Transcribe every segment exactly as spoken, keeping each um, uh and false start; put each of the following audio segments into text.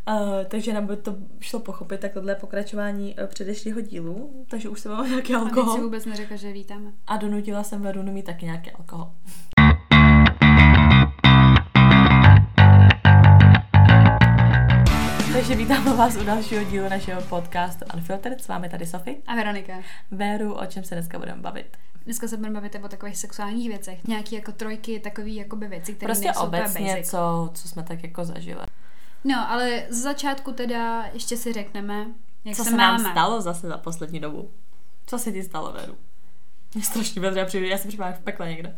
Uh, takže nám by to šlo pochopit, tak tohle je pokračování uh, předešlého dílu, takže už jsem mám nějaký alkohol. A teď si vůbec neřekla, že vítáme. A donutila jsem Verunu mít taky nějaký alkohol. Takže vítáme vás u dalšího dílu našeho podcastu Unfiltered. S vámi tady Sofie. A Veronika. Véru, o čem se dneska budeme bavit? Dneska se budeme bavit o takových sexuálních věcech. Nějaký jako trojky, takový jakoby věci, které prostě nejsou obecně, co, co jsme tak jako zažili. No, ale z začátku teda ještě si řekneme, jak co se, se máme. nám stalo zase za poslední dobu. Co se ti stalo, Véru? Mě strašně vedře přijde, já jsem připadám v pekle někde.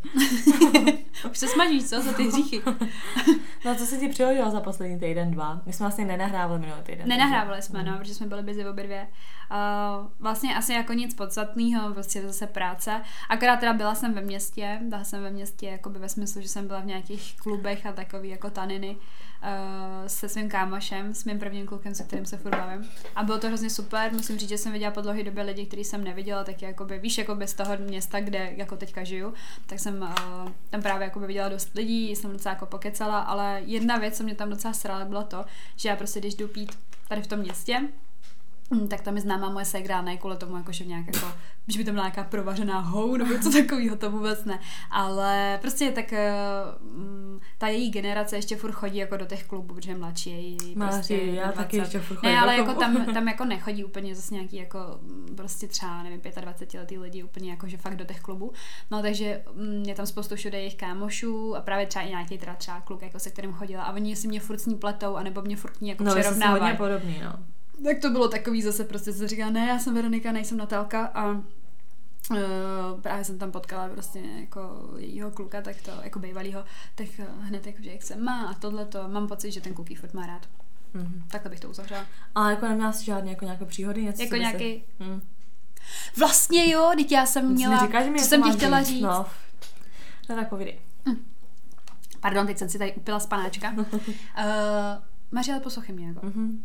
Už se smažíš, co? Za ty hříchy. No, co se ti přihodilo za poslední týden, dva? My jsme vlastně nenahrávali minulý týden. Nenahrávali jsme, no, protože jsme byli busy obě dvě. Uh, vlastně asi jako nic podstatného, prostě zase práce. Akorát teda byla jsem ve městě, byla jsem ve městě jakoby ve smyslu, že jsem byla v nějakých klubech a takový jako taniny uh, se svým kámošem, s mým prvním klukem, se kterým se furt bavím. A bylo to hrozně super, musím říct, že jsem viděla po dlouhé době lidi, který jsem neviděla, tak jakoby, víš, jakoby z toho města, kde jako teďka žiju, tak jsem uh, tam právě jakoby viděla dost lidí, jsem docela jako pokecala, ale jedna věc, co mě tam docela srala, bylo to, že já prostě, když jdu pít tady v tom městě, tak tam je známá moje ségra, ne kvůli tomu, jakože nějak jako, že by tam byla nějaká provařená hou, nebo co takového, to vůbec ne. Ale prostě tak um, ta její generace ještě furt chodí jako do těch klubů, protože je mladší, její prostě já dvacet. taky ještě furt chodím. Ne, ale jako tam, tam jako nechodí úplně zase nějaký jako prostě třeba, nevím, dvacetipětiletý lidi úplně jako, že fakt do těch klubů. No takže je tam spoustu všude jejich kámošů a právě třeba i nějaký teda třeba kluk, jako se kterým chodila a oni si mě furt s ní pletou, anebo mě furt ní jako no, přerovnávají. No, podobný, no. Tak to bylo takový zase prostě, se říká, ne, já jsem Veronika, nejsem Natálka a uh, právě jsem tam potkala prostě jako jejího kluka, tak to, jako bývalýho, tak uh, hned jako, že jak se má a tohleto, mám pocit, že ten kluk jí furt má rád. Mm-hmm. Takhle bych to uzavřela. Ale jako neměla jsi žádné jako nějaké příhody? Něco jako nějaký... Se... Hmm. Vlastně jo, teď já jsem měla, říká, že co jsem ti chtěla říct. říct. No, no tak povídej. Mm. Pardon, teď jsem si tady upila z panáčka. uh, Maři, ale poslouchej mě jako. Mm-hmm.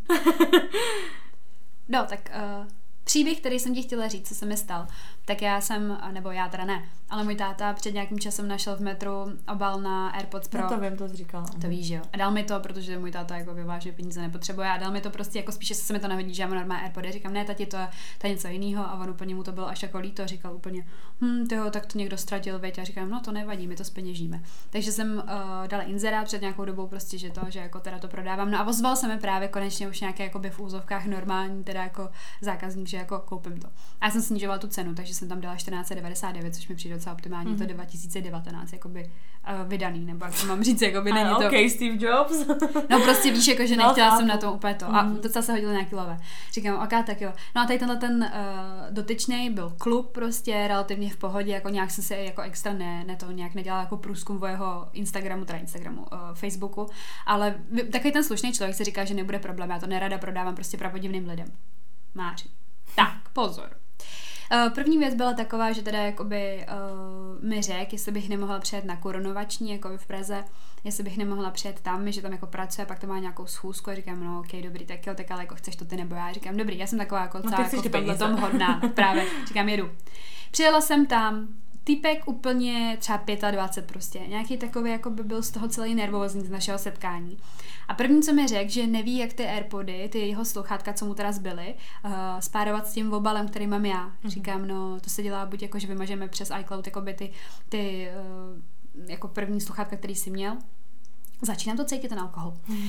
No, tak uh, příběh, který jsem ti chtěla říct, co se mi stal, tak já jsem, nebo já teda ne, ale můj táta před nějakým časem našel v metru obal na AirPods Pro. No to vím, to jsi říkala. To víš, jo. A dal mi to, protože můj táta jako vážně peníze nepotřebuje a dal mi to prostě jako spíše se mi to nehodí, že já mám normální AirPody. Říkám, ne, tati, to, to je něco jiného a on úplně mu to bylo až jako líto a říkal úplně, hm, tyho, tak to někdo ztratil, veď. A říkám, no to nevadí, my to zpeněžíme. Takže jsem uh, dala inzerát před nějakou dobou prostě, že to, že jako teda to prodávám. No a ozval se mi právě konečně už nějaké jako by v úzovkách normální, teda jako zákazník, že jako koupím to. A já jsem snižovala tu cenu, takže jsem tam dala čtrnáct set devadesát devět, což mi přijde docela optimální, mm-hmm. to dva tisíce devatenáct jakoby uh, vydaný, nebo jak to mám říct, jakoby není to... Okay, Steve Jobs. No prostě víš, jako, že nechtěla no, jsem na tom úplně to. A mm. docela se hodilo nějaký lové. Říkám, ok, tak jo. No a tady tenhle ten uh, dotyčnej byl kluk prostě relativně v pohodě, jako nějak jsem si jako extra ne, ne to nějak nedělala jako průzkum o jeho Instagramu, teda Instagramu, uh, Facebooku, ale takový ten slušný člověk si říká, že nebude problém, já to nerada prodávám prostě pravodivným lidem. Máři. Tak, pozor. První věc byla taková, že teda jakoby uh, mi řekl, jestli bych nemohla přijet na korunovační, jako v Praze, jestli bych nemohla přijet tam, že tam jako pracuje, pak to má nějakou schůzku a říkám, no ok, dobrý, tak jo, tak ale jako chceš to ty nebo já, říkám, dobrý, já jsem taková jako celá no, jako v tomhle tom hodná, právě, říkám, jedu. Přijela jsem tam, týpek úplně třeba dvacet pět prostě, nějaký takový jako by byl z toho celý nervózní z našeho setkání. A první, co mi řekl, že neví, jak ty AirPody, ty jeho sluchátka, co mu teda zbyly, uh, spárovat s tím obalem, který mám já. Mm-hmm. Říkám, no, to se dělá buď jako, že vymažeme přes iCloud jakoby ty, ty uh, jako první sluchátka, který jsi měl. Začínám to cítit ten alkohol. Mm.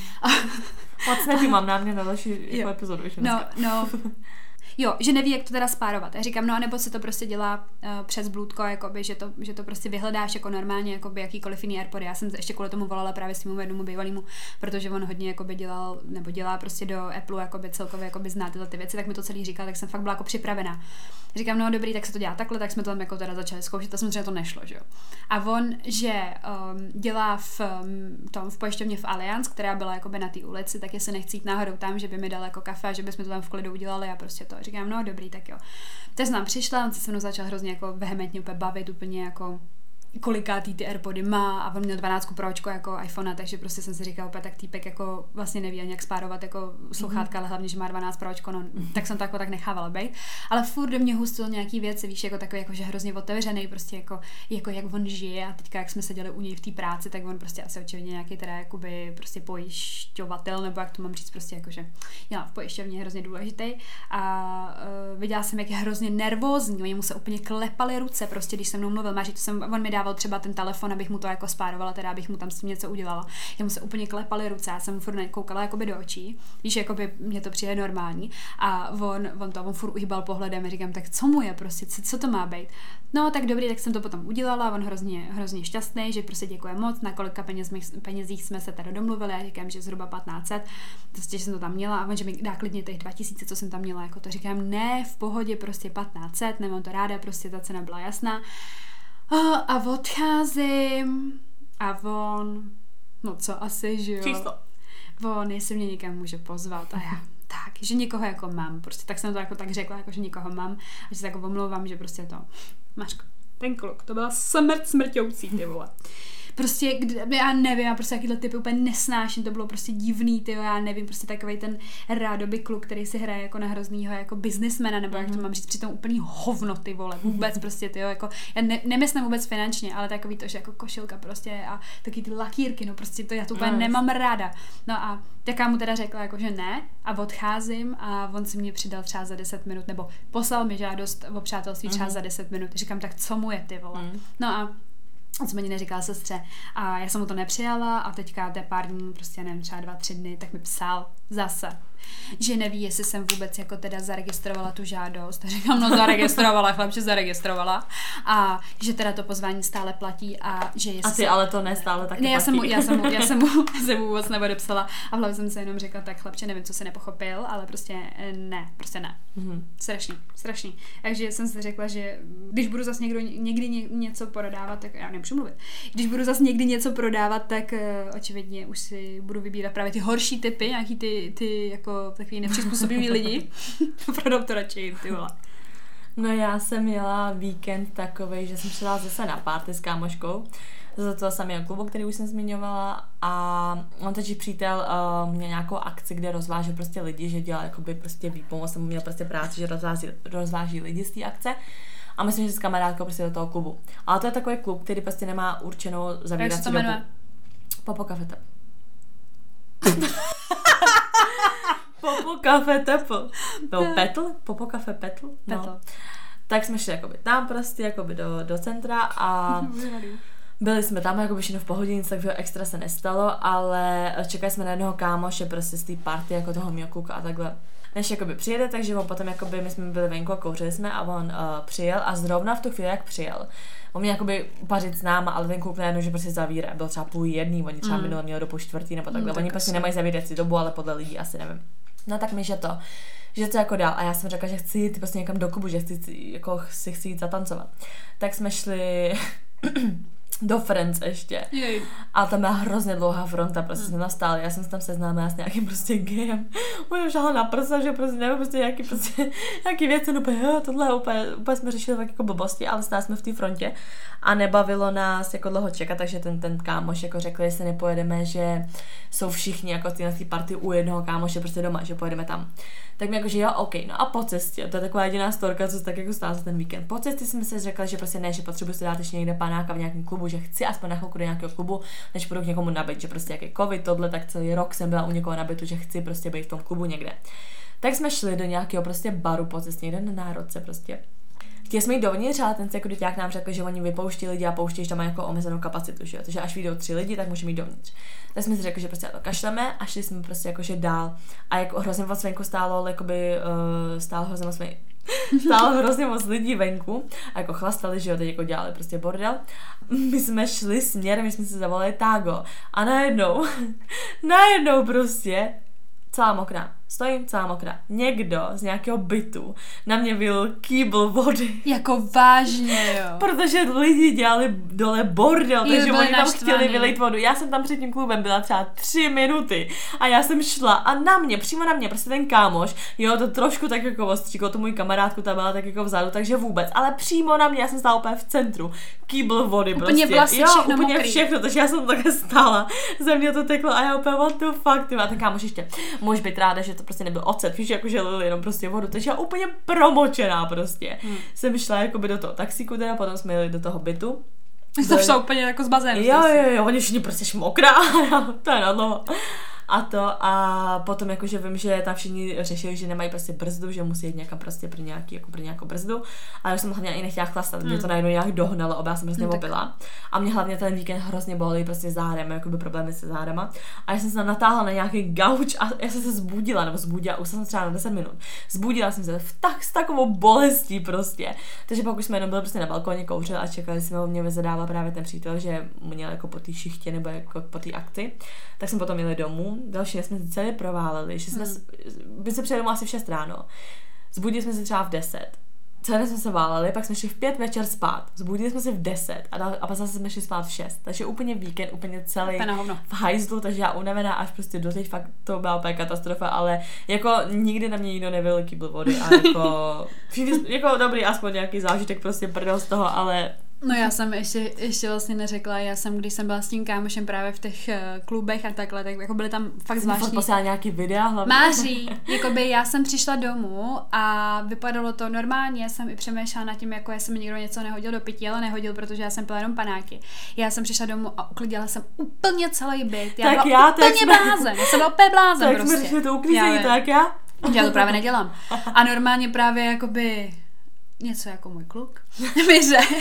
Moc nevím, na mě na další jako epizodu. No, no. Jo, že neví, jak to teda spárovat. Já říkám, no a nebo se to prostě dělá uh, přes blůdko, jakoby, že, to, že to prostě vyhledáš jako normálně, jakoby jakýkoliv jiný AirPody. Já jsem ještě kvůli tomu volala právě svému jednomu bývalému, protože on hodně jakoby dělal, nebo dělá prostě do Apple, jakoby celkově jakoby zná tyhle ty věci, tak mi to celý říkal, tak jsem fakt byla jako připravená. Říkám, no dobrý, tak se to dělá takhle, tak jsme to tam jako teda začali zkoušet a samozřejmě to nešlo, že jo. A on, že um, dělá v um, tom v pojišťovně v Allianz, která byla jakoby na té ulici, tak jestli nechci jít náhodou tam, že by mi dal jako kafe a že bychom to tam v klidu udělali a prostě to. Říkám, no dobrý, tak jo. Tak jsem tam přišla, on se se mnou začal hrozně jako vehementně úplně bavit, úplně jako kolikátý ty AirPody má a on měl dvanáct Pročko jako iPhone, takže prostě jsem si říkala, tak týpek jako vlastně neví ani jak spárovat jako sluchátka, mm-hmm. ale hlavně, že má dvanáct Pročko, no, tak jsem to jako tak nechávala být. Ale furt do mě hustil nějaký věci, víš, jako takový jako že hrozně otevřený, prostě jako, jako jak on žije a teďka jak jsme seděli u něj v té práci, tak on prostě asi očividně nějaký teda jakoby prostě pojišťovatel, nebo jak to mám říct, prostě jako, že já v pojišťovně hrozně důležitý a uh, viděla jsem, jak je hrozně nervózní, oni mu se úplně klepaly ruce, prostě když se mnou mluvil, máš, to jsem, on mi dával třeba ten telefon, abych mu to jako spárovala, teda abych mu tam s tím něco udělala. Já mu se úplně klepaly ruce, já jsem mu furt koukala jakoby do očí, víš, jakoby mě to přijde normální a on, on to, on furt uhýbal pohledem a říkám, tak co mu je prostě, co, co to má být? No tak dobrý, tak jsem to potom udělala, on hrozně, hrozně šťastný, že prostě děkuje moc, na kolika peněz, penězích jsme se tady domluvili, já říkám, že zhruba patnáct set, prostě, že jsem to tam měla a on, že mi dá klidně těch dva tisíce, co jsem tam měla, jako to říkám, ne, v pohodě, prostě patnáct set, nemám to ráda, prostě ta cena byla jasná. Oh, a odcházím a on, no co asi, že jo. Číslo. On, jestli mě někam může pozvat a já, tak, že někoho jako mám, prostě tak jsem to jako tak řekla, jako že někoho mám a že se jako omlouvám, že prostě to, Mařko, ten kluk, to byla smrt smrťoucí, ty vole. Prostě, já nevím, já prostě jakýhle typy úplně nesnáším, to bylo prostě divný, ty já nevím, prostě takovej ten rádoby kluk, který si hraje jako na hroznýho jako biznismena, nebo jak to mám říct, přitom úplný hovno, ty vole, vůbec prostě, ty jo, jako, já ne, nemyslím vůbec finančně, ale takový to, že jako košilka prostě a taky ty lakírky, no prostě to já to úplně no, nemám ráda. No a taká mu teda řekla jako, že ne a odcházím a on si mě přidal třeba za deset minut, nebo poslal mi žádost o přátelství třeba mm. za deset minut, říkám, tak co mu je, ty vole. Mm. No a on jsem ani neříkala sestře a já jsem mu to nepřijala a teďka té pár dní, prostě nevím, třeba dva, tři dny, tak mi psal zase, že neví, jestli jsem vůbec jako teda zaregistrovala tu žádost. A říkám, no zaregistrovala, chlapče zaregistrovala a že teda to pozvání stále platí a že jestli... A ty ale to ne stále taky ne, já platí. jsem mu, já jsem mu, já jsem mu, jsem mu vůbec neodepsala a v hlavě jsem se jenom řekla, tak chlapče, nevím, co se nepochopil, ale prostě ne, prostě ne. Mm-hmm. Strašný, strašný. Takže jsem si řekla, že když budu zase někdo, někdy ně, něco prodávat, tak já nemůžu mluvit. Když budu zase někdy něco prodávat, tak uh, očividně už si budu vybírat právě ty horší typy, nějaký ty, ty jako takový nepřizpůsobivý lidi. Prodám to radši, ty vole. No já jsem měla víkend takovej, že jsem šla zase na party s kámoškou z toho samého klubu, který už jsem zmiňovala a on teď přítel uh, měl nějakou akci, kde rozvážel prostě lidi, že dělal jakoby prostě výpomoc, jsem měl prostě práci, že rozváží, rozváží lidi z té akce a myslím, že s kamarádkou prostě do toho klubu. Ale to je takový klub, který prostě nemá určenou zavírací dobu. Popo Cafe Tepl. Popo Cafe Tepl. No, Petl? Popo Cafe Petl? No. Petl. Tak jsme šli jakoby tam prostě jakoby do, do centra a byli jsme tam, jakoby všechno v pohodě, nic takového extra se nestalo, ale čekali jsme na jednoho kámoše prostě z té party, jako toho mýho kluka a takhle. Než jakoby přijede, takže on potom jakoby, my jsme byli venku a kouřili jsme a on uh, přijel a zrovna v tu chvíli, jak přijel, on mě jakoby upařit s náma, ale ten klub najednou, že prostě zavírá, byl třeba půl jedný, oni třeba mm. minule měli do půl čtvrtý nebo takhle, mm, oni tak prostě asi nemají zavírací dobu, ale podle lidí asi nevím. No tak mi, že to, že to jako dál a já jsem řekla, že chci jít prostě někam do klubu, že chci, jako si chci jít zatancovat. Tak jsme šli do Friends ještě. Jej. A tam byla hrozně dlouhá fronta, prostě mm. jsme tam stáli, já jsem se tam seznámila s nějakým prostě gejem. On už šel na prsa, že prostě nevím, prostě nějaký prostě, nějaký věci, no úplně, tohle úplně, úplně jsme řešili tak jako blbosti, ale stáli jsme v té frontě a nebavilo nás jako dlouho čekat, takže ten, ten kámoš jako řekl, že se nepojedeme, že jsou všichni jako ty na té party u jednoho kámoše prostě doma, že pojedeme tam. Tak mi jako, že jo, OK, no a po cestě, to je taková jediná storka, co se tak jako stala za ten víkend. Po cestě jsme si řekli, že prostě ne, že potřebuji si dát ještě někde panáka v nějakém klubu, že chci aspoň na chvilku do nějakého klubu, než půjdu k někomu nabít, že prostě jaký covid, tohle, tak celý rok jsem byla u někoho nabitu, že chci prostě být v tom klubu někde. Tak jsme šli do nějakého prostě baru po cestě, někde na národce prostě. Chtěli jsme jít dovnitř, ale ten se jako děťák nám řekl, že oni vypouští lidi a pouští, že tam má jako omezenou kapacitu, že jo? Takže až vyjdou tři lidi, tak můžeme jít dovnitř. Tak jsme si řekli, že prostě to kašleme a šli jsme prostě jakože dál. A jako hrozně moc venku stálo, jakoby uh, stálo hrozně moc stálo hrozně moc lidí venku a jako chlastali, že jo, teď jako dělali prostě bordel. My jsme šli směrem, my jsme si zavolali Tágo a najednou, najednou prostě celá mokrá, Stojím celá mokrá. Někdo z nějakého bytu na mě vylil kýbl vody. Jako vážně, jo. Protože lidi dělali dole bordel, Jo, takže byli oni tam naštvaný. chtěli vylejt vodu. Já jsem tam před tím klubem byla třeba tři minuty a já jsem šla a na mě, přímo na mě, prostě ten kámoš, jo, to trošku tak jako ostříklo, to můj kamarádku, ta byla tak jako vzadu, takže vůbec, ale přímo na mě, já jsem stála úplně v centru, kýbl vody Úplně prostě. vlasy, jo, všechno úplně mokrý. všechno, takže já jsem takhle stála, ze mě to teklo a já úplně what the fuck, ty. A ten kámoš ještě, můžeš být ráda, že to prostě nebyl ocet, víš, jako že lili jenom prostě vodu, takže já úplně promočená prostě. Hmm. Jsem šla jakoby do toho taxíku, teda potom jsme jeli do toho bytu. Jsi to šla úplně jako z bazénu. Jo, jo, jo, oni všichni prostě šmokrá, to je na dlouho. A to a potom jakože vím, že tam všichni řešili, že nemají prostě brzdu, že musí jít někam prostě pro nějaký, jako pro nějakou brzdu. A já jsem hlavně i nechtěla chlastat, mě to najednou nějak dohnalo, oba já jsem hrozně opila. A mě hlavně ten víkend hrozně bolí prostě zádem, jakoby problémy se zádama. A já jsem se tam natáhla na nějaký gauč a já jsem se zbudila, nebo zbudila, už jsem třeba na deset minut. Zbudila jsem se v tak, s takovou bolestí prostě. Takže pak už jsme jenom byli prostě na balkóně, kouřili a čekali jsme, o mě vyzadával právě ten přítel, že měl jako po té šichtě nebo jako po té akci. Tak jsme potom jeli domů. Další den jsme se celé prováleli, že jsme, hmm. by se přijeli asi v šest ráno. Zbudili jsme se třeba v deset. Celé den jsme se váleli, pak jsme šli v pět večer spát. Zbudili jsme se v deset a, dal, a pak zase jsme šli spát v šest. Takže úplně víkend, úplně celý v hajzlu, takže já unavená až prostě doteď, fakt to byla úplně katastrofa, ale jako nikdy na mě nikdo nevylil kýbl vody a jako, jako dobrý, aspoň nějaký zážitek, prostě prdel z toho, ale No já jsem ještě, ještě vlastně neřekla, já jsem, když jsem byla s tím kámošem právě v těch uh, klubech a takhle, tak jako byly tam fakt zvláštní. Jsem poslala nějaký videa hlavně. Máří, jakoby já jsem přišla domů a vypadalo to normálně, jsem i přemýšlela nad tím, jako jestli mi někdo něco nehodil do pití, ale nehodil, protože já jsem pila jenom panáky. Já jsem přišla domů a uklidila jsem úplně celý byt. Já tak byla já, úplně jsme... blázen, já jsem byla úplně blázen tak prostě. Tak jsme to uklízení, tak já? Já to právě nedělám. A normálně právě jakoby něco jako můj kluk mi řekl,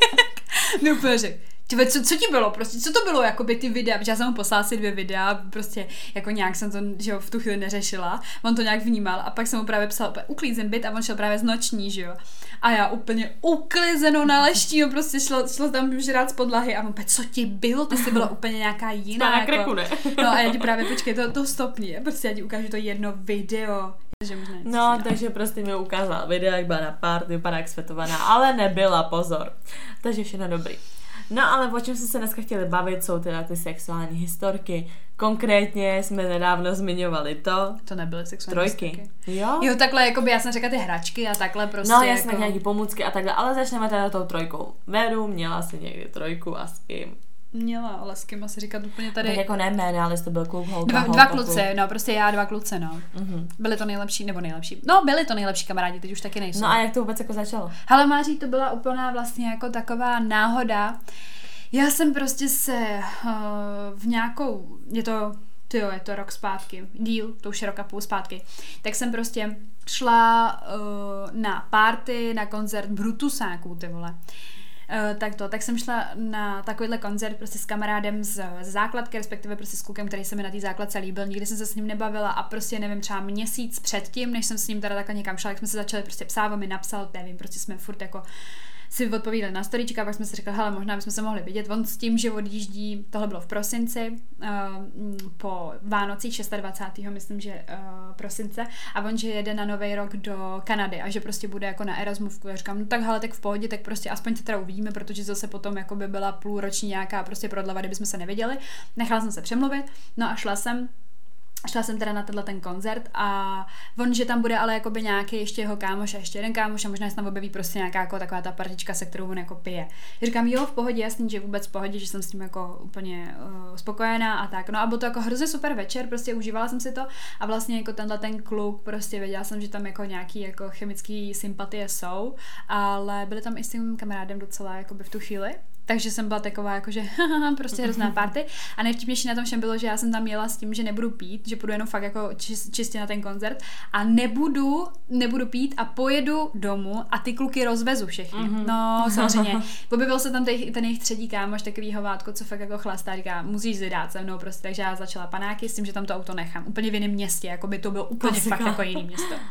no úplně řekl, co, co ti bylo prostě, co to bylo, jakoby ty videa, protože já jsem mu poslala si dvě videa, prostě jako nějak jsem to, že jo, v tu chvíli neřešila, on to nějak vnímal a pak jsem mu právě psala úplně uklízen byt a on šel právě z noční, že jo, a já úplně uklizenou na leští, prostě šlo, šlo tam žrát z podlahy a on úplně, co ti bylo, ty jsi byla úplně nějaká jiná, na jako, kreku, ne? No a já ti právě, počkej, to, to stopni, prostě já ti ukážu to jedno video. Že možná no, takže prostě mi ukázala video, jak byla na party, vypadá jak světovaná, ale nebyla, pozor. Takže všechno dobrý. No, ale o čem jsme se dneska chtěli bavit, jsou teda ty sexuální historky. Konkrétně jsme nedávno zmiňovali to. To nebyly sexuální trojky. historky. Jo? Jo, takhle, jakoby já jsem řekla ty hračky a takhle prostě. No, jasně, jako... nějaký pomůcky a takhle, ale začneme teda tou trojkou. Veru měla si někdy trojku a s kým? Měla, ale s kým asi říkat úplně tady. Tak jako ne jména, ale to byl kluk, holka, Dva, holka, dva kluci, kluk. no prostě já dva kluci, no. Mm-hmm. Byli to nejlepší, nebo nejlepší. No, byli to nejlepší kamarádi, teď už taky nejsou. No a jak to vůbec jako začalo? Hele Máří, to byla úplná vlastně jako taková náhoda. Já jsem prostě se uh, v nějakou, je to, tyjo, je to rok zpátky, díl, to už je rok a půl zpátky, tak jsem prostě šla uh, na party, na koncert Brutusáků, ty vole. Uh, tak to, tak jsem šla na takovýhle koncert prostě s kamarádem z, z základky, respektive prostě s klukem, který se mi na té základce líbil, nikdy jsem se s ním nebavila a prostě nevím, třeba měsíc předtím, než jsem s ním teda takhle někam šla, jak jsme se začali prostě psát, on mi napsal, nevím, prostě jsme furt jako si odpovídali na storíčka, pak jsme si řekli, hele, možná bychom se mohli vidět. On s tím, že odjíždí, tohle bylo v prosinci, uh, po Vánocích dvacátého šestého myslím, že uh, prosince, a on, že jede na Nový rok do Kanady a že prostě bude jako na Erasmovku. Já říkám, no tak hele, tak v pohodě, tak prostě aspoň to teda uvidíme, protože zase potom jako by byla půlroční nějaká prostě prodleva, kdybychom se neviděli. Nechala jsem se přemluvit, no a šla jsem. Šla jsem teda na tenhle ten koncert a on, že tam bude ale jakoby nějaký ještě jeho kámoš a ještě jeden kámoš a možná se tam objeví prostě nějaká jako taková ta partička, se kterou on jako pije. Já říkám, jo, v pohodě, jasný, že vůbec v pohodě, že jsem s tím jako úplně uh, spokojená a tak. No a byl to jako hrozně super večer, prostě užívala jsem si to a vlastně jako tenhle ten kluk, prostě věděla jsem, že tam jako nějaký jako chemický sympatie jsou, ale byly tam i s tím kamarádem docela jakoby v tu chvíli. Takže jsem byla taková jakože prostě hrozná party a nejvtipnější na tom všem bylo, že já jsem tam jela s tím, že nebudu pít, že půjdu jenom fakt jako čist, čistě na ten koncert a nebudu, nebudu pít a pojedu domů a ty kluky rozvezu všechny. Mm-hmm. No samozřejmě. Objevil se tam ten, ten jejich třetí kámoš, takový hovátko, co fakt jako chlastá, říká, musíš si dát se mnou prostě, takže já začala panáky s tím, že tam to auto nechám. Úplně v jiném městě, jako by to bylo úplně fakt jako jiný město.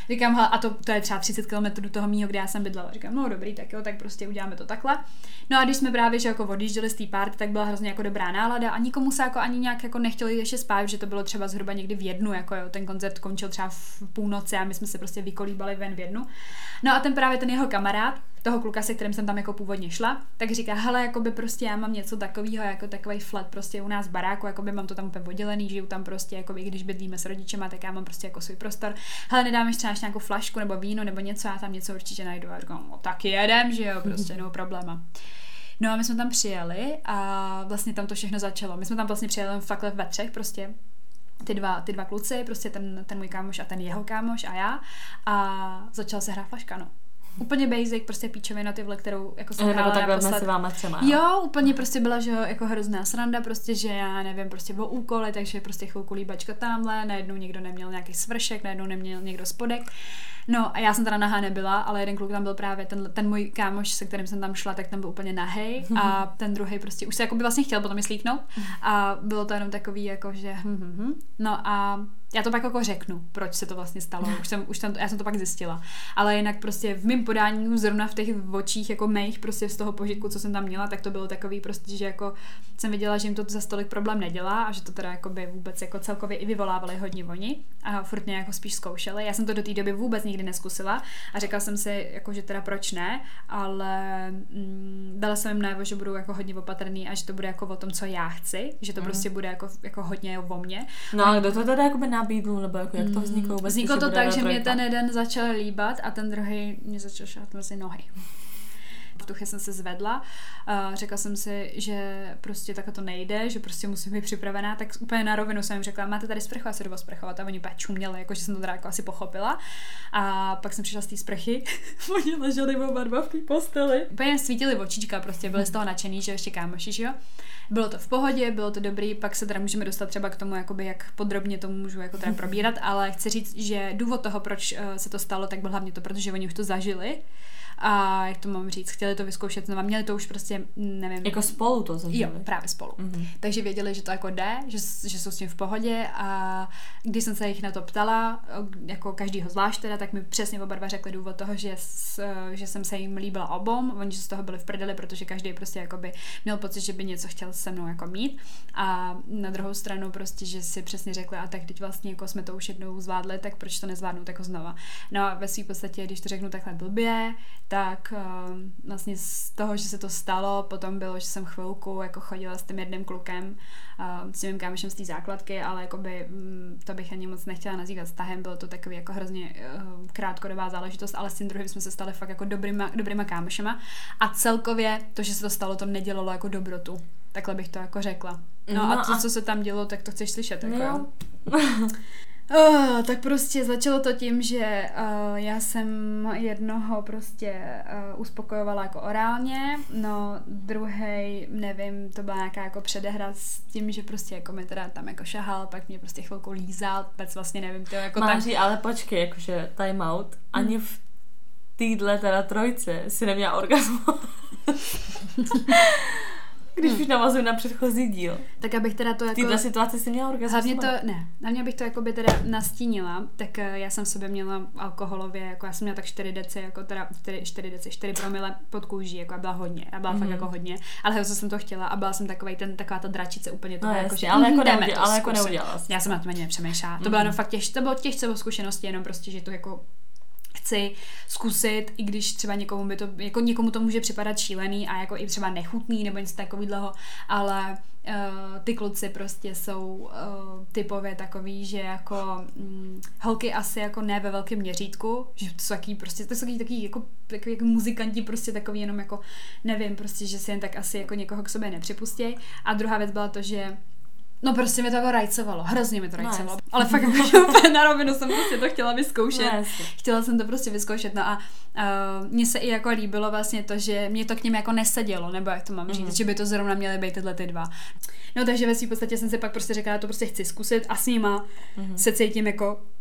Říkám, hele, a to, to je třeba třicet kilometrů do toho mýho, kde já jsem bydlela. Říkám, no dobrý, tak jo, tak prostě uděláme to takhle. No a když jsme právě že jako odjížděli z té party, tak byla hrozně jako dobrá nálada a nikomu se jako ani nějak jako nechtěli ještě spát, že to bylo třeba zhruba někdy v jednu, jako jo, ten koncert končil třeba v půlnoci a my jsme se prostě vykolíbali ven v jednu. No a ten právě ten jeho kamarád, toho kluka, se kterým jsem tam jako původně šla, tak říká, hele, jakoby prostě já mám něco takového, jako takový flat prostě u nás v baráku, jakoby mám to tam úplně oddělený, žiju tam prostě, jakoby, když bydlíme s rodičema, tak já mám prostě jako svůj prostor. Hele, nedáme třeba nějakou flašku nebo víno nebo něco, já tam něco určitě najdu. A říkám, no, tak jedem, že jo, prostě no problema. No a my jsme tam přijeli a vlastně tam to všechno začalo. My jsme tam vlastně přijeli fakle ve třech prostě. Ty dva, ty dva kluci, prostě ten, ten můj kámoš a ten jeho kámoš a já. A začala se hrát flaška, no. Úplně basic, prostě píčovina ty vole, kterou jako jsem hrála naposled. Váma třema, jo? jo, úplně prostě byla, že jako hrozná sranda, prostě, že já nevím, prostě bylo úkoly, takže prostě chvilku líbačka tamhle, najednou někdo neměl nějaký svršek, najednou neměl někdo spodek. No a já jsem teda nahá nebyla, ale jeden kluk tam byl právě, ten, ten můj kámoš, se kterým jsem tam šla, tak tam byl úplně nahej a ten druhý prostě už se jako by vlastně chtěl potom je slíknout a bylo to jenom takový jako, že hm, hm, hm. No a já to pak jako řeknu, proč se to vlastně stalo. Už jsem, už tam, já jsem to pak zjistila. Ale jinak prostě v mém podání, zrovna v těch očích jako mých, prostě z toho požitku, co jsem tam měla, tak to bylo takový prostě, že jako jsem viděla, že jim to za stolik problém nedělá a že to teda jako by vůbec jako celkově i vyvolávali hodně oni a furt mě jako spíš zkoušeli. Já jsem to do té doby vůbec nikdy neskusila a řekla jsem si, jako, že teda proč ne, ale mm, dala jsem jim najevo, že budu jako hodně opatrný a že to bude jako o tom, co já chci, že to mm. prostě bude jako, jako hodně o mně. No a kdo to teda jako by nabídl, nebo jako jak to vzniklo vůbec? Vzniklo to tak, že mě ten jeden začal líbat a ten druhý mě začal šát mezi nohy. V tuche jsem se zvedla a řekla jsem si, že prostě takhle to nejde, že prostě musím být připravená, tak úplně na rovinu jsem jim řekla, máte tady sprchu, já se jdu sprchovat a oni úplně čuměli, jakože jsem to teda jako asi pochopila a pak jsem přišla z té sprchy, oni leželi oba dva v té posteli. Úplně svítili očička, prostě byli z toho nadšený, že ještě kámoši, že jo. Bylo to v pohodě, bylo to dobrý, pak se teda můžeme dostat třeba k tomu, jakoby, jak podrobně to můžu jako teda probírat, ale chci říct, že důvod toho, proč se to stalo, tak byl hlavně to, protože oni už to zažili. A jak to mám říct, chtěli to vyzkoušet znova, měli to už prostě, nevím. Jako spolu to zažili. Jo, právě spolu. Mm-hmm. Takže věděli, že to jako jde, že, že jsou s tím v pohodě a když jsem se jich na to ptala, jako každýho zvlášť teda, tak mi přesně oba dva řekli důvod toho, že, že jsem se jim líbila obom, oni z toho byli v prdeli, protože každý prostě jakoby měl pocit, že by něco chtěl se mnou jako mít a na druhou stranu prostě, že si přesně řekli, a tak teď vlastně jako jsme to už jednou zvládli, tak proč to nezvládnout jako znova. No a ve svým podstatě, když to řeknu takhle blbě, tak uh, vlastně z toho, že se to stalo, potom bylo, že jsem chvilku jako chodila s tím jedným klukem, uh, s tím kámošem z té základky, ale jakoby, um, to bych ani moc nechtěla nazývat vztahem, bylo to takový jako hrozně uh, krátkodobá záležitost, ale s tím druhým jsme se stali fakt jako dobrýma, dobrýma kámošema a celkově to, že se to stalo, to nedělalo jako dobrotu. Takhle bych to jako řekla. No, no a to, a... co se tam dělo, tak to chceš slyšet, jako jo. Oh, tak prostě začalo to tím, že uh, já jsem jednoho prostě uh, uspokojovala jako orálně, no druhej, nevím, to byla nějaká jako předehra s tím, že prostě jako mi teda tam jako šahal, pak mě prostě chvilku lízal, vůbec vlastně nevím, to jako Máří, tam... ale počkej, jakože time out, ani hmm. v týdle teda trojce si neměla orgasmu. Když hmm. už navazuji na předchozí díl. Tak abych teda to jako... V této situaci si měla orgasmus. Hlavně to, ne, hlavně abych to jako by teda nastínila, tak já jsem v sobě měla alkoholově, jako já jsem měla tak čtyři deci, jako teda čtyři deci, čtyři promile pod kůží, jako a byla hodně, a byla mm. fakt jako hodně, ale hrozně jsem to chtěla a byla jsem takovej ten, taková ta dračice úplně toho, no, jako, že ale, jako jdeme neuděla, ale jako neudělala. Já jsem na tom ani nepřemýšlela. Mm. To bylo jenom fakt těžké, to bylo těžce o zkušenosti, jenom prostě, že to jako chci zkusit, i když třeba někomu by to, jako někomu to může připadat šílený a jako i třeba nechutný nebo něco takového, ale uh, ty kluci prostě jsou uh, typově takový, že jako um, holky asi jako ne ve velkém měřítku, že to jsou takový prostě, to jsou takový, takový jako, takový jako muzikanti prostě takový jenom jako, nevím, prostě, že si jen tak asi jako někoho k sobě nepřipustějí. A druhá věc byla to, že no prostě mi to jako rajcovalo, hrozně mi to rajcovalo, no, ale fakt jako úplně na rovinu jsem prostě to chtěla vyzkoušet, no, chtěla jsem to prostě vyzkoušet, no a uh, mně se i jako líbilo vlastně to, že mě to k něm jako nesedělo, nebo jak to mám říct, mm-hmm. že by to zrovna měly být tyhle ty dva. No takže ve svým podstatě jsem si pak prostě řekla, já to prostě chci zkusit a s nima mm-hmm. se cítím jako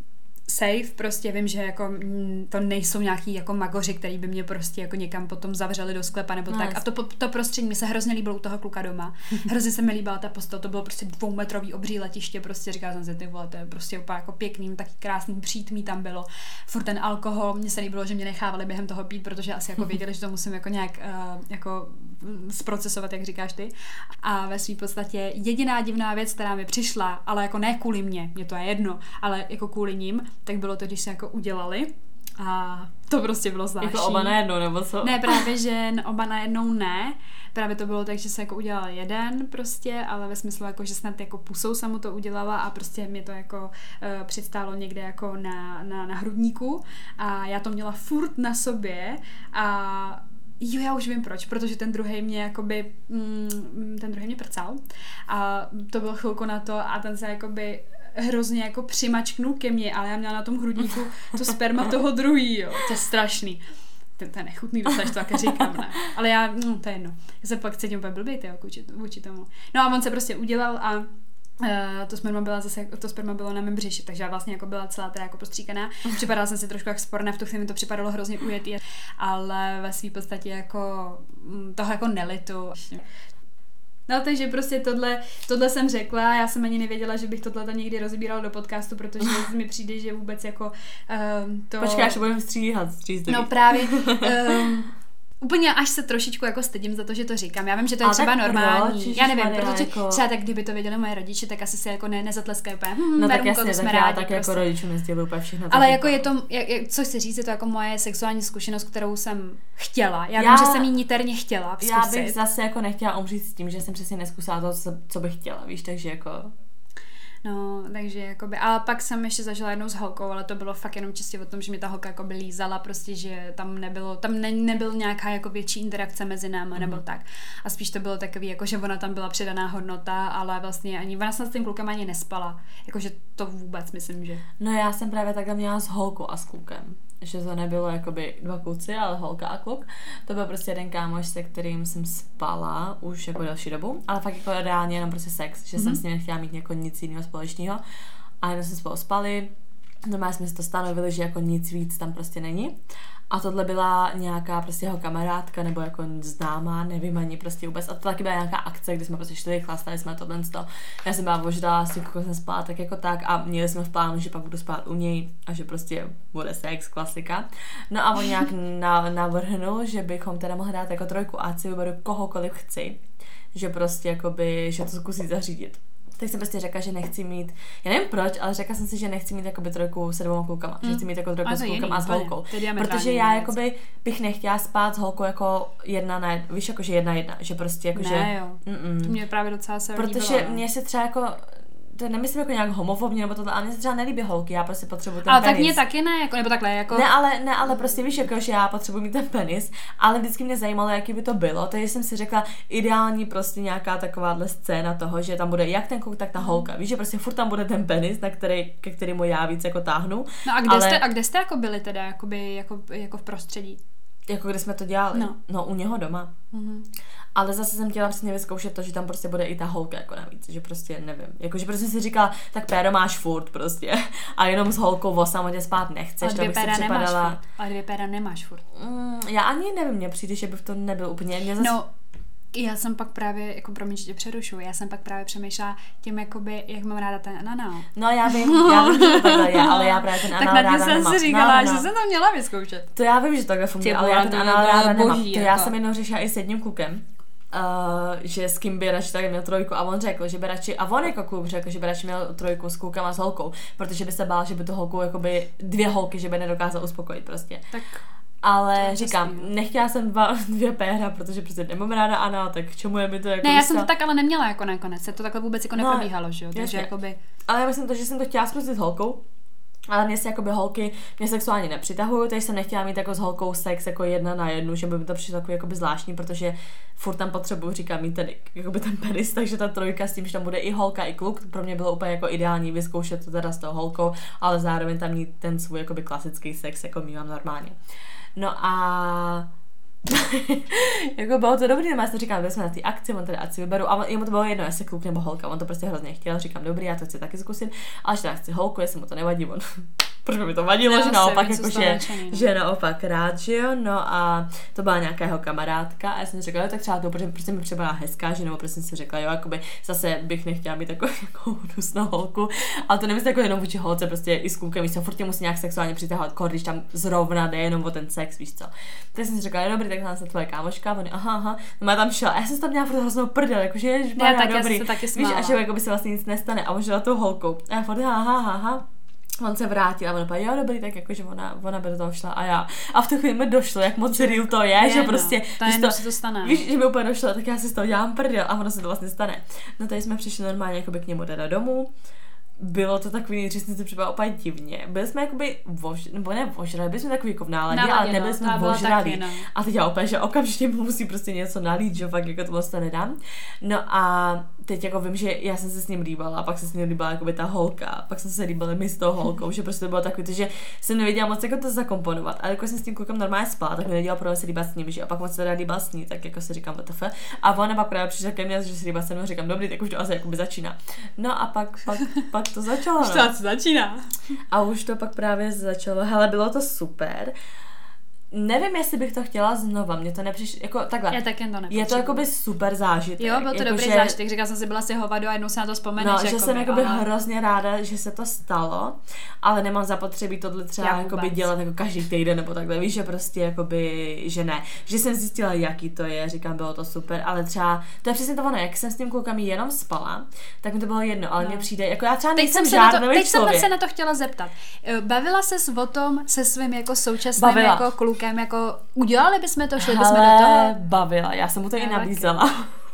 safe, prostě vím, že jako to nejsou nějaký jako magoři, který by mě prostě jako někam potom zavřeli do sklepa nebo no, tak. A to, to prostředí mi se hrozně líbilo u toho kluka doma. Hrozně se mi líbila ta postel, to bylo prostě dvoumetrový obří letiště, prostě říkala jsem si, ty vole, to je prostě úplně jako pěkný, taky krásný přítmí tam bylo. Furt ten alkohol, mně se líbilo, že mě nechávali během toho pít, protože asi jako věděli, že to musím jako nějak uh, jako zprocesovat, jak říkáš ty. A ve své podstatě jediná divná věc, která mi přišla, ale jako ne kvůli mě, mě to je jedno, ale jako kvůli ním, tak bylo to, když se jako udělali a to prostě bylo zvláštní. Jako oba najednou, nebo co? Ne, právě, že oba najednou ne. Právě to bylo tak, že se jako udělal jeden prostě, ale ve smyslu jako, že snad jako pusou se mu to udělala a prostě mě to jako uh, přistálo někde jako na, na, na hrudníku a já to měla furt na sobě a jo, já už vím proč, protože ten druhej mě jakoby, mm, ten druhej mě prcal a to bylo chvilku na to a ten se jakoby hrozně jako přimačknul ke mně, ale já měla na tom hrudníku to sperma toho druhýho, to je strašný. Ten, to je nechutný, dostáš to, tak říkám, ne. Ale já, no, to je jedno. Já se pak cítím úplně blbý, tyjo, vůči tomu. No a on se prostě udělal a Uh, to sperma byla zase, to sperma bylo na mém břiši, takže já vlastně jako byla celá teda jako prostříkaná. Připadala jsem si trošku jak sporná, v tu chvíli mi to připadalo hrozně ujetý, ale ve své podstatě jako toho jako nelitu. No takže prostě tohle, tohle jsem řekla, já jsem ani nevěděla, že bych tohle někdy rozbírala do podcastu, protože mi přijde, že vůbec jako um, to... Počkej, až budeme stříhat, střízdoví. No právě... Um, Úplně až se trošičku jako stydím za to, že to říkám. Já vím, že to je ale třeba normální. Proč, já nevím, Maria, protože jako... třeba tak, kdyby to věděli moje rodiče, tak asi se jako ne, nezatleskají úplně. Hm, no Verunko, tak jasně, to jsme tak rádi, já tak prostě. jako rodičům nesděluji úplně všechno. Ale jako je to, jak, co chci říct, je to jako moje sexuální zkušenost, kterou jsem chtěla. Já, já vím, že jsem jí niterně chtěla zkusit. Já bych zase jako nechtěla umřít s tím, že jsem přesně neskusila to, co, co bych chtěla, víš, takže jako... No, takže jakoby, ale pak jsem ještě zažila jednou s holkou, ale to bylo fakt jenom čistě o tom, že mi ta holka jakoby lízala, prostě, že tam nebylo, tam ne, nebyl nějaká jako větší interakce mezi námi, mm. nebo tak. A spíš to bylo takový, jako že ona tam byla přidaná hodnota, ale vlastně ani, ona s tím klukem ani nespala. Jakože to vůbec myslím, že. No já jsem právě takhle měla s holkou a s klukem. Že to nebylo jakoby dva kluci, ale holka a kluk. To byl prostě jeden kámoš, se kterým jsem spala už jako delší dobu, ale fakt jako reálně jenom prostě sex, že mm-hmm. jsem s ním nechtěla mít jako nic jiného společného. A jenom jsme spolu spali, normálně jsme si to stanovili, že jako nic víc tam prostě není. A tohle byla nějaká prostě jeho kamarádka nebo jako známá, nevím ani prostě vůbec. A to taky byla nějaká akce, kdy jsme prostě šli, chlastali jsme tohle z toho. Já jsem byla oždala, s tím jsem spala tak jako tak a měli jsme v plánu, že pak budu spát u něj a že prostě bude sex, klasika. No a on nějak na, navrhnul, že bychom teda mohli dát jako trojku a ať si vyberu kohokoliv chci. Že prostě jakoby, že to zkusí zařídit. Tak jsem prostě řekla, že nechci mít, já nevím proč, ale řekla jsem si, že nechci mít jakoby trojku s dvěma klukama, mm. že chci mít jako trojku s klukem a s holkou. Protože já jakoby bych nechtěla spát s holkou jako jedna na jedna, víš, jakože jedna jedna, že prostě jakože... Ne jo, mm-mm. to mě právě docela se líbilo. Protože mně se třeba jako, to nemyslím jako nějak homofobně nebo tohle, ale mně se třeba nelíbí holky, já prostě potřebuji ten ale penis. Ale tak mě taky ne, jako, nebo takhle, jako... Ne, ale, ne, ale prostě víš, jako, že já potřebuji mít ten penis, ale vždycky mě zajímalo, jaký by to bylo, takže jsem si řekla ideální prostě nějaká takováhle scéna toho, že tam bude jak ten kluk, tak ta holka, víš, že prostě furt tam bude ten penis, na který, ke kterému já víc jako táhnu. No a kde, ale... jste, a kde jste jako byli teda, jakoby, jako, jako v prostředí? Jako kde jsme to dělali? No, no u něho doma. Mm-hmm. Ale zase jsem chtěla přesně vyzkoušet to, že tam prostě bude i ta holka jako navíc, že prostě nevím. Jakože prostě si říkala, tak péro máš furt prostě a jenom s holkou o samotě spát nechceš, to bych si připadala. Ale dvě péra nemáš furt. Mm, já ani nevím, mně přijde, že by to nebyl úplně. Mě zase... No, já jsem pak právě, jako promiň, že tě přerušu, já jsem pak právě přemýšlela tím, jakoby, jak mám ráda ten anal. No já vím, já vím, že to takhle je, ale já právě ten anal ráda nemám. Tak na jsem si říkala, no, no. že jsem to měla vyzkoušet. To já vím, že to takhle funguje, ale já ten anal ráda nemám. To jako. já jsem jednou řešila i s jedním klukem. Uh, že s kým by radši tak měl trojku a on řekl, že by radši, a on jako kluk řekl, že by radši měl trojku s klukem a s holkou, protože by se bál, že by to holkou jakoby dvě holky, že by nedokázal uspokojit prostě. Tak ale říkám, jasný. Nechtěla jsem dva, dvě péra, protože prostě nemám ráda anal, tak k čemu je mi to jako... Ne, já jsem to tak ale neměla jako nakonec, se to takhle vůbec jako neprobíhalo, no, že jo, takže jakoby... Ale já myslím to, že jsem to chtěla zkusit s holkou, ale mě se jakoby holky, mě sexuálně nepřitahují, takže jsem nechtěla mít jako s holkou sex jako jedna na jednu, že by mi to přišlo takový jakoby zvláštní, protože furt tam potřebuji, říkám, mít tedy jakoby ten penis, takže ta trojka s tím, že tam bude i holka, i kluk, pro mě bylo úplně jako ideální vyzkoušet to teda s tou holkou, ale zároveň tam mít ten svůj jakoby klasický sex, jako mívám normálně. No a jako bylo to dobrý, já jsem říkám, byli jsme na té akci, on tady ať si vyberu, a jemu to bylo jedno, jestli kluk nebo holka, on to prostě hrozně chtěl, říkám, dobrý, já to chci taky zkusit, ale že teda chci holku, jestli mu to nevadí, on proč by mi to vadilo, Já že si naopak, vím, co jako, z toho že, nadšený, no. že naopak rád, že jo, no a to byla nějaká jeho kamarádka a já jsem řekla, jo, tak třeba to, protože prostě mi připadá hezká, že nebo prostě jsem si řekla, jo, jakoby zase bych nechtěla mít takovou jako hnusnou holku, ale to nemyslím jako jenom vůči holce, prostě i s klukem, víš co, furt tě musí nějak sexuálně přitahovat, když tam zrovna jde jenom o ten sex, víš co. Tak jsem si řekla, jo, dobrý, tak nám se tvoje kámoška, on, aha, aha, no já tam šel, a já jsem tam měla furt hroznou prdel, jakože je tak dobrý, taky víš, a že jako by se vlastně nic nestane a on šel na tou holkou a já furt, aha, aha, aha. On se vrátil a on povedal, jo, dobrý, tak jakože ona, ona by do toho šla a já. A v tu chvíli mi došlo, jak moc real to je, je že no, prostě, to, to, to stane. Víš, že mi úplně došlo, tak já si z toho dělám prdel a ono se to vlastně stane. No tady jsme přišli normálně jakoby k němu teda domů. Bylo to takový, nejdřív jsem si připadala úplně divně. Byli jsme jakoby vož, nebo ne vožrali, byli jsme takový jako v náladě, Náladě, ale nebyli no, jsme vožrali. No. A teď já úplně, že okamžitě mu musí prostě něco nalít, že fakt jako to moc to nedám. No a teď jako vím, že já jsem se s ním líbala, a pak se s ním líbala jakoby ta holka, pak jsem se líbala my s tou holkou, že prostě to bylo takový, že jsem nevěděla moc jako to zakomponovat. Ale jako jsem s tím klukem normálně spala, tak mi nedělala problém se líbat s ním, že a pak moc se teda líbala s ní, tak jako si říkám W T F. A ona pak právě přišla ke mně, že se líbá se mnou, říkám, dobrý, tak už to asi jakoby začíná. No a pak, pak, pak to začalo. Už to začíná. A už to pak právě začalo, hele, bylo to super. Nevím, jestli bych to chtěla znova, mě to nepřišlo, jako takhle. Já taky to nepotřebuji. Je to jakoby super zážitek. Jo, byl to jako, dobrý že, zážitek, říkala jsem si, byla si hovado a jednou se na to vzpomeneš. No, že jakoby, jsem jakoby ale... hrozně ráda, že se to stalo, ale nemám zapotřebí tohle třeba jakoby dělat jako každý týden nebo takhle, víš, že prostě jakoby, že ne. Že jsem zjistila, jaký to je, říkám, bylo to super, ale třeba, to je přesně to ono, jak jsem s tím klukami jenom spala, tak mi to bylo jedno, ale no. Mně přijde, jako já třeba nejsem žádný člověk. Teď jsem se na to chtěla zeptat. Bavila ses o tom se svým jako současným Bavila. jako klukem, jako udělali bychom to, šli bychom do toho? Bavila, já jsem mu to já i nabízela.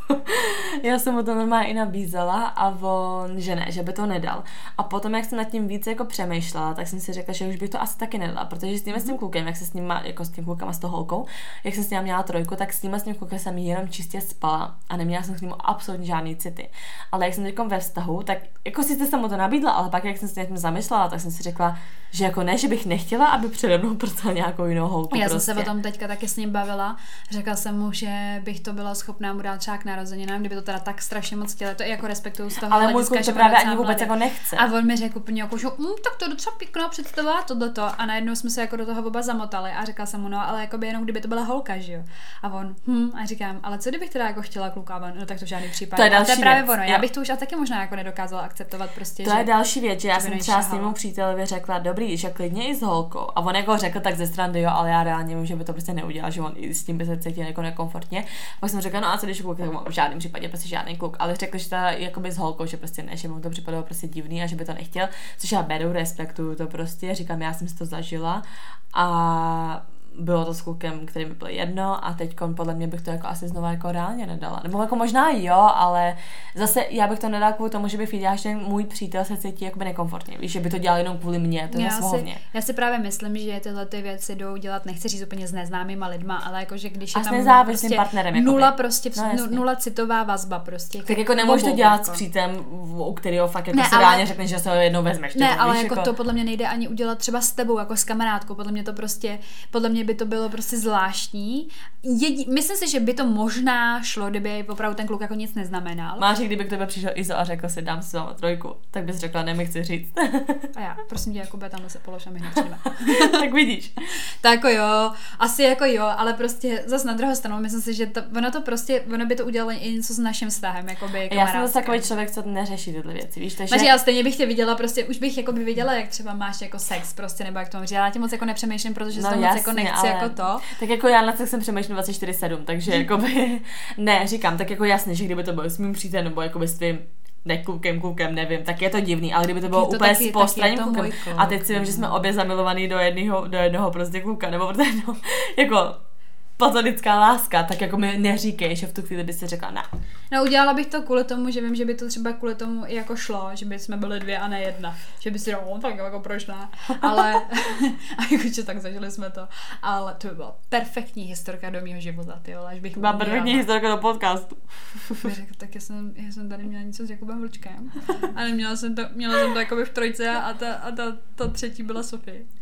Já jsem mu to normálně i nabízela a on, že ne, že by to nedal. A potom, jak jsem nad tím víc jako přemýšlela, tak jsem si řekla, že už bych to asi taky nedala, protože s tím, mm-hmm. s tím klukem, jak se s ním má, jako s tím klukem a s tou holkou, jak jsem s ním měla trojku, tak s tím a s tím klukem jsem jenom čistě spala a neměla jsem k němu absolutně žádný city. Ale jak jsem teď ve vztahu, tak jako sice jsem mu to nabídla, ale pak jak jsem se tím zamyslela, tak jsem si řekla, že jako ne, že bych nechtěla, aby přede mnou prcala nějakou jinou holku. Já prostě. jsem se o tom teďka taky s ním bavila. Řekla jsem mu, že bych to byla schopná mu dát třeba k narozeninám, kdyby to teda tak strašně moc chtěla, to i jako respektuju z toho. Ale můj kluk to právě ani vůbec jako nechce. A on mi řekl úplně jako, že hm, tak to je docela pěkná představa, tohleto. A najednou jsme se jako do toho oba zamotali a řekla jsem mu, no, ale jako by jenom kdyby to byla holka, že jo. A on, hm, a říkám, ale co kdybych teda jako chtěla kluka, on, no tak to v žádný případ. To je další a to je právě věc. ono. Já bych to už a taky možná jako nedokázala akceptovat prostě. To že, je další věc, že já že jsem třeba s ním přítelovi řekla, dobrý, že klidně i s holkou. A on jako řekl tak ze strany, jo, ale já reálně vím, že by to prostě neudělal, že on i s tím by se cítil jako nekomfortně. Pak jsem řekla, no a co když kluk, v žádném případě prostě žádný kluk, ale řekl, že ta jakoby s holkou, že prostě ne, že mu to připadalo prostě divný a že by to nechtěl, což já beru, respektuju to prostě, říkám, já jsem si to zažila a bylo to s klukem, který mi byl jedno a teď podle mě bych to jako asi znova jako reálně nedala. Nebo jako možná jo, ale zase já bych to nedala kvůli tomu, že bych viděla, že můj přítel se cítí jakoby nekomfortně. Víš, že by to dělal jenom kvůli mně, to je svahovně. Já si právě myslím, že tyhle ty věci jdou dělat, nechci říct úplně s neznámýma lidma, ale jakože když je a tam prostě partnerem, nula prostě, no, nula citová vazba prostě. Tak jako nemůžeš to dělat jako s přítelem, u kterého fakt jako ne, si reálně řekneš, že se ho jednou vezmeš. Ne, ale jako to podle mě nejde ani udělat třeba s tebou, jako s kamarádkou, podle mě to prostě, podle mě by to bylo prostě zvláštní. Jedi, myslím si, že by to možná šlo, kdyby opravdu ten kluk jako nic neznamenal. Máří, kdyby k tebe přišel Izo a řekl si, dám si s váma trojku, tak bys řekla, ne, mi chci říct. A já, prosím tě, Jakube, tamhle se polož a my nepřijeme. Tak vidíš. Tak jako jo, asi jako jo, ale prostě zase na druhou stranu, myslím si, že to, ono to prostě, ono by to udělalo i něco s naším vztahem, jakoby Já jsem zase takový člověk, co neřeší tyhle věci, víš, takže... Maži, já stejně bych tě viděla, prostě už bych jako by viděla, jak třeba máš jako sex, prostě, nebo jak to říct, já tě moc jako nepřemýšlím, protože no, to moc jako nechci ale... jako to. Tak jako já na sexem přemýšlím dvacet čtyři sedm, takže jakoby, ne, říkám, tak jako jasně, že kdyby to bylo s mým přítelem, nebo jakoby s tvým ne klukem, klukem, nevím, tak je to divný, ale kdyby to bylo to úplně taky, s postranním klukem a teď si vím, že jsme obě zamilovaný do jednoho, do jednoho prostě kluka, nebo do jednoho, jako platonická láska, tak jako mi neříkej, že v tu chvíli by si řekla ne. No udělala bych to kvůli tomu, že vím, že by to třeba kvůli tomu i jako šlo, že by jsme byli dvě a ne jedna. Že by si řekla, no, tak jako proč ne. Ale, a jakože tak zažili jsme to. Ale to by byla perfektní historka do mýho života, ty vole, až bych byla perfektní historka do podcastu. Řekl, tak já jsem, já jsem tady měla něco s Jakubem Vlčkem. Ale měla jsem to, měla jsem to jakoby v trojce a ta, a ta, ta třetí byla Sofie.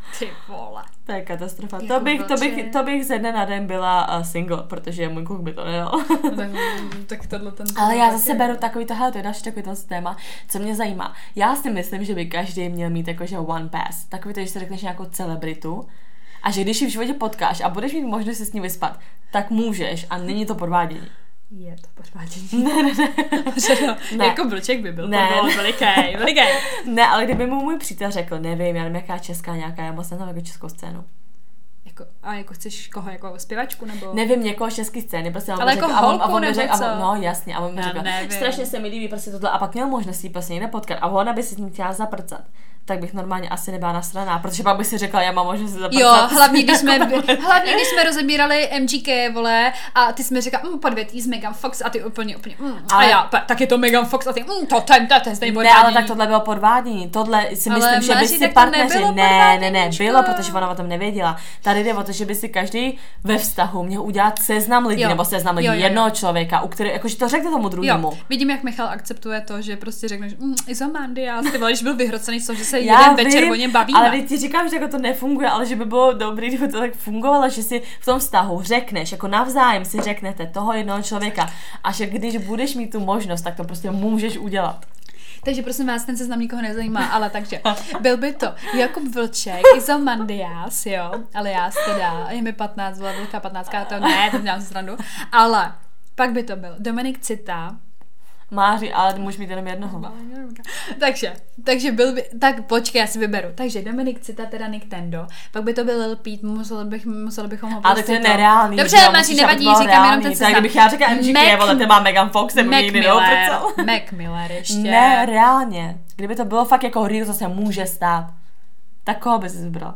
Ty vole. To je katastrofa. Jako To bych, to, vlče. bych, to bych ze dne na den byla uh, single, protože můj kluk by to nedal. tak, tak tohle ten... Ale já zase beru takový tohle, to je další takový to téma, co mě zajímá. Já si myslím, že by každý měl mít jakože one pass. Takový to, že si řekneš nějakou celebritu a že když ji v životě potkáš a budeš mít možnost se s ní vyspat, tak můžeš a není to podvádění. Je to podvádění. Ne, ne, ne. ne. Jako Vlček by byl ne. podvol, veliký, veliký. Ne, ale kdyby mu můj přítel řekl, nevím, já nevím, jaká česká nějaká, já moc neznám jako českou scénu. Jako, a jako chceš koho, jako zpěvačku nebo? Nevím, někoho z české scény, prostě ale jako řekl, holku a on, a on nebo řekl, co? a on, no jasně, a on mi Já řekl, nevím. strašně se mi líbí prostě tohle, a pak měl možnost jí prostě někde potkat a ona by si s ním chtěla zaprcat. Tak bych normálně asi nebyla nasraná, protože pak bych si řekla, já mám možnost se zaprcat. Jo, hlavně když jsme, hlavně když jsme rozebírali M G K, vole, a ty jsi mi řekla, mm, podvětí s Megan Fox a ty úplně, úplně, mm, ale... a já, pa, tak je to Megan Fox a ty, mm, to ten, to ten, stejný podvádění. Ne, ale tak tohle bylo podvádění, tohle si ale myslím, že by Máši, si to partneři, ne, ne, ne, podváděníčko. bylo, protože ona o tom nevěděla. Tady jde o to, že by si každý ve vztahu měl udělat seznam lidí, Jo. nebo seznam lidí Jo, jo, jo. jednoho člověka, u který, jakože to řekne tomu druhému. Jo, vidím, jak Michal akceptuje to, že prostě řekneš, mm, Izomandias, ty vole, když byl vyhrocený z toho, že se Já jeden vím, večer o něm bavíme. Ale teď ti říkám, že jako to nefunguje, ale že by bylo dobrý, kdyby to tak fungovalo, že si v tom vztahu řekneš, jako navzájem si řeknete toho jednoho člověka a že když budeš mít tu možnost, tak to prostě můžeš udělat. Takže prosím vás, ten seznam nikoho nezajímá, ale takže byl by to Jakub Vlček, Izomandias, jo, alias teda, je mi patnáct, byla velká patnáctka, to ne, to dělám si srandu, ale pak by to byl Dominik Cita. Máři, ale můžeš mít jenom jednoho. Takže, takže byl by, tak počkej, já si vyberu. Takže Dominik Cita, teda Nintendo, pak by to byl Lil Peep, museli, bych, museli bychom ho Ale tak to je prostě nereálný. Dobře, že jo, Máši, musíš, nevadí, aby to bylo říkám jenom ten reálný. seznam. Tak kdybych já řekla M G K, Mac- vole, ty má Megan Fox, jsem Mac nikdy Miller, neoprcal. Mac Miller ještě. Ne, reálně. Kdyby to bylo fakt jako real, co se může stát, tak koho bys vybral?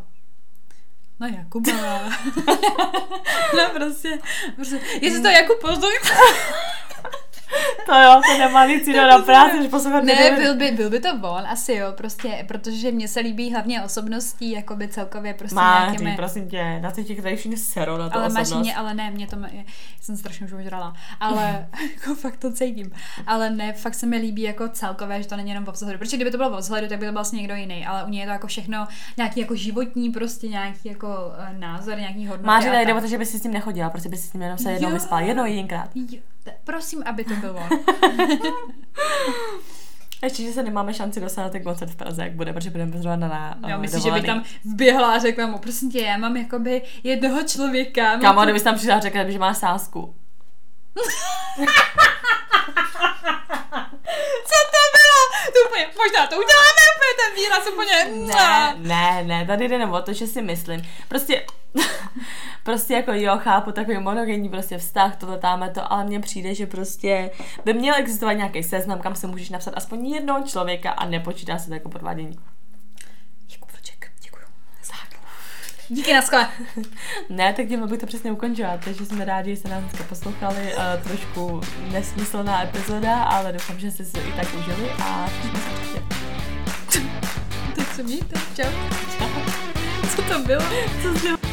No Jakuba. no prostě, prostě. Jestli to Jakub pozdoj. To jo, to nemá nic jiného na práci, než poslouchat. Ne, byl by, byl by to on, asi jo, prostě, protože mně se líbí hlavně osobností, jakoby celkově prostě Máří, nějakými... prosím tě, na ty ti, kteří všichni serou na tu ale osobnost. máš mě, ale ne, mě to, je, jsem strašně už ožrala, ale jako fakt to cítím, ale ne, fakt se mi líbí jako celkové, že to není jenom o vzhledu, protože kdyby to bylo o vzhledu, tak by to byl vlastně někdo jiný, ale u něj je to jako všechno nějaký jako životní, prostě nějaký jako uh, názor, nějaký hodnoty. Máří, a tady jde tak. o to, že by si s ním nechodila, prostě by si s ním jenom se jednou Jo. vyspala, jednou jedinkrát. Jo, t- prosím, aby to bylo on. Ještě, že se nemáme šanci dostat na ten koncert v Praze, jak bude, protože budeme zrovna na uh, Já myslím, že bych tam vběhla a řekla mu, prosím tě, já mám jakoby jednoho člověka. mám Kámo, tu- kdybys tam přišla a řekla, že máš sázku. Co to bylo? To úplně, možná to uděláme úplně ten výraz, úplně... Ne, ne, ne, tady jde o to, že si myslím. Prostě, prostě jako jo, chápu takový monogenní prostě vztah, tohle táme to, ale mně přijde, že prostě by měl existovat nějaký seznam, kam se můžeš napsat aspoň jednoho člověka a nepočítá se to jako podvádění. Jakub Vlček, děkuju. Díky, na skle. Ne, tak tím bych to přesně ukončila, takže jsme rádi, že jste nás dneska poslouchali, uh, trošku nesmyslná epizoda, ale doufám, že jste si to i tak užili a těšíme se příště. Tak se mějte, čau. Co to bylo? Co jsi